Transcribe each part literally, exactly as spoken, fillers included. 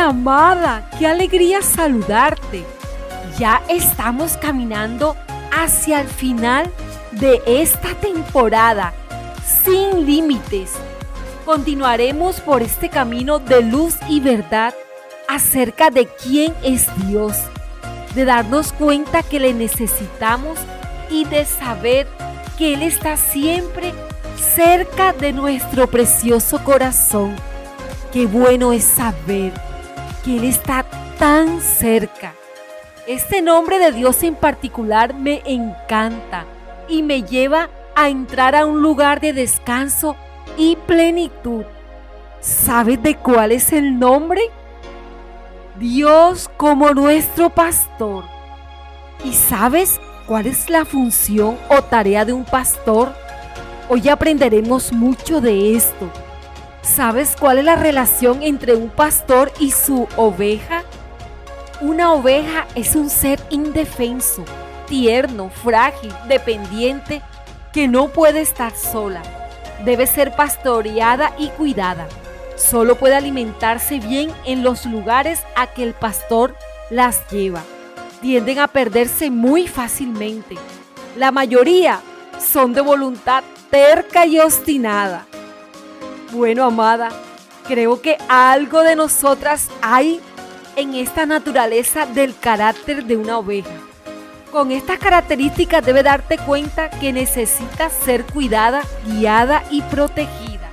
Hola, amada, qué alegría saludarte. Ya estamos caminando hacia el final de esta temporada, sin límites. Continuaremos por este camino de luz y verdad acerca de quién es Dios, de darnos cuenta que le necesitamos y de saber que Él está siempre cerca de nuestro precioso corazón. Qué bueno es saber que Él está tan cerca. Este nombre de Dios en particular me encanta y me lleva a entrar a un lugar de descanso y plenitud. ¿Sabes de cuál es el nombre? Dios como nuestro pastor. ¿Y sabes cuál es la función o tarea de un pastor? Hoy aprenderemos mucho de esto. ¿Sabes cuál es la relación entre un pastor y su oveja? Una oveja es un ser indefenso, tierno, frágil, dependiente, que no puede estar sola. Debe ser pastoreada y cuidada. Solo puede alimentarse bien en los lugares a que el pastor las lleva. Tienden a perderse muy fácilmente. La mayoría son de voluntad terca y obstinada. Bueno, amada, creo que algo de nosotras hay en esta naturaleza del carácter de una oveja. Con estas características debes darte cuenta que necesitas ser cuidada, guiada y protegida.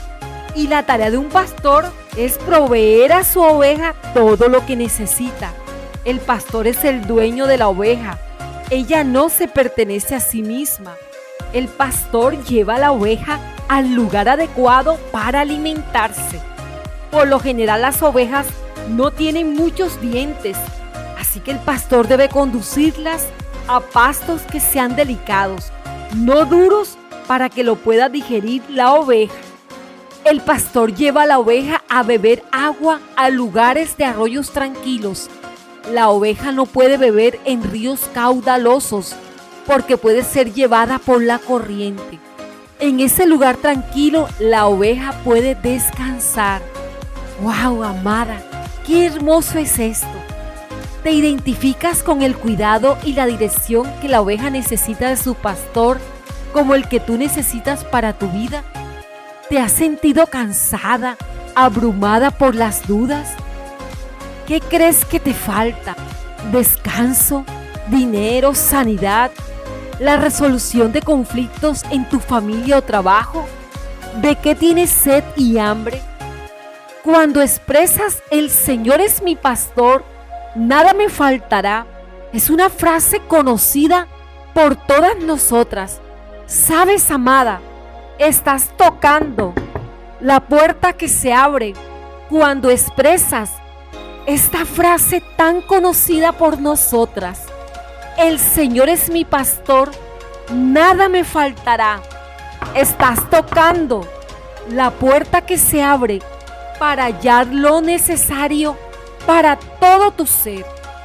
Y la tarea de un pastor es proveer a su oveja todo lo que necesita. El pastor es el dueño de la oveja. Ella no se pertenece a sí misma. El pastor lleva a la oveja al lugar adecuado para alimentarse. Por lo general, las ovejas no tienen muchos dientes, así que el pastor debe conducirlas a pastos que sean delicados, no duros, para que lo pueda digerir la oveja. El pastor lleva a la oveja a beber agua a lugares de arroyos tranquilos. La oveja no puede beber en ríos caudalosos porque puede ser llevada por la corriente. En ese lugar tranquilo, la oveja puede descansar. ¡Wow, amada! ¡Qué hermoso es esto! ¿Te identificas con el cuidado y la dirección que la oveja necesita de su pastor como el que tú necesitas para tu vida? ¿Te has sentido cansada, abrumada por las dudas? ¿Qué crees que te falta? ¿Descanso? ¿Dinero? ¿Sanidad? ¿La resolución de conflictos en tu familia o trabajo? ¿De qué tienes sed y hambre? Cuando expresas "El Señor es mi pastor, nada me faltará", es una frase conocida por todas nosotras. ¿Sabes, amada? Estás tocando la puerta que se abre cuando expresas esta frase tan conocida por nosotras. El Señor es mi pastor, nada me faltará. Estás tocando la puerta que se abre para hallar lo necesario para todo tu ser.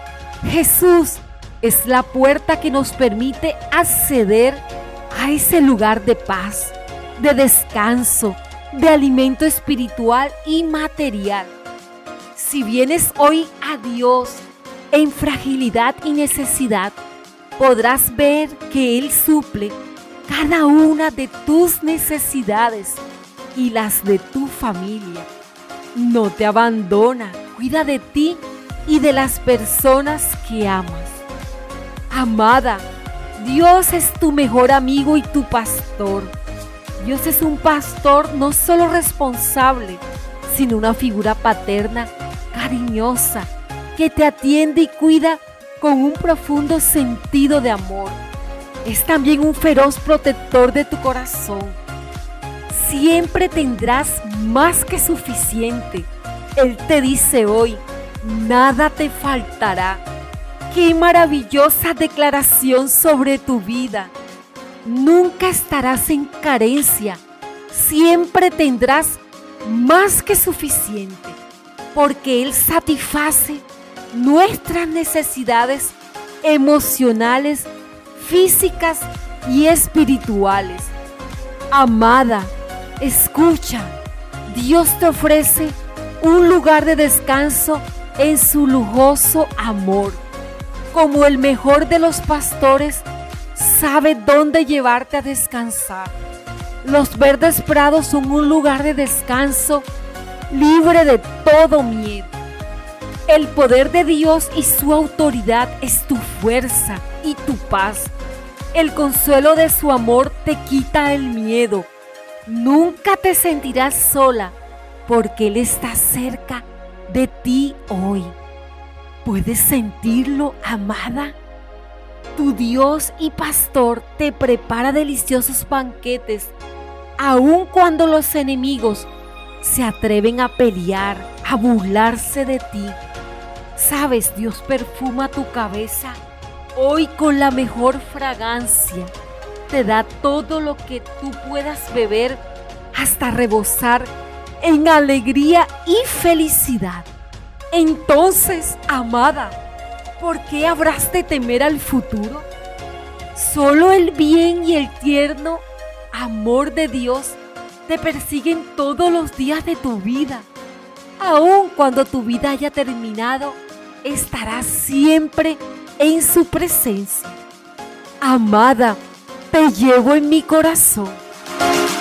Jesús es la puerta que nos permite acceder a ese lugar de paz, de descanso, de alimento espiritual y material. Si vienes hoy a Dios en fragilidad y necesidad, podrás ver que Él suple cada una de tus necesidades y las de tu familia. No te abandona, cuida de ti y de las personas que amas. Amada, Dios es tu mejor amigo y tu pastor. Dios es un pastor no solo responsable, sino una figura paterna, cariñosa, que te atiende y cuida con un profundo sentido de amor. Es también un feroz protector de tu corazón. Siempre tendrás más que suficiente. Él te dice hoy, nada te faltará. ¡Qué maravillosa declaración sobre tu vida! Nunca estarás en carencia. Siempre tendrás más que suficiente, porque Él satisface nuestras necesidades emocionales, físicas y espirituales. Amada, escucha, Dios te ofrece un lugar de descanso en su lujoso amor. Como el mejor de los pastores, sabe dónde llevarte a descansar. Los verdes prados son un lugar de descanso libre de todo miedo. El poder de Dios y su autoridad es tu fuerza y tu paz. El consuelo de su amor te quita el miedo. Nunca te sentirás sola porque Él está cerca de ti hoy. ¿Puedes sentirlo, amada? Tu Dios y pastor te prepara deliciosos banquetes, aun cuando los enemigos se atreven a pelear, a burlarse de ti. Sabes, Dios perfuma tu cabeza hoy con la mejor fragancia. Te da todo lo que tú puedas beber hasta rebosar en alegría y felicidad. Entonces, amada, ¿por qué habrás de temer al futuro? Solo el bien y el tierno amor de Dios te persiguen todos los días de tu vida. Aun cuando tu vida haya terminado, estarás siempre en su presencia. Amada, te llevo en mi corazón.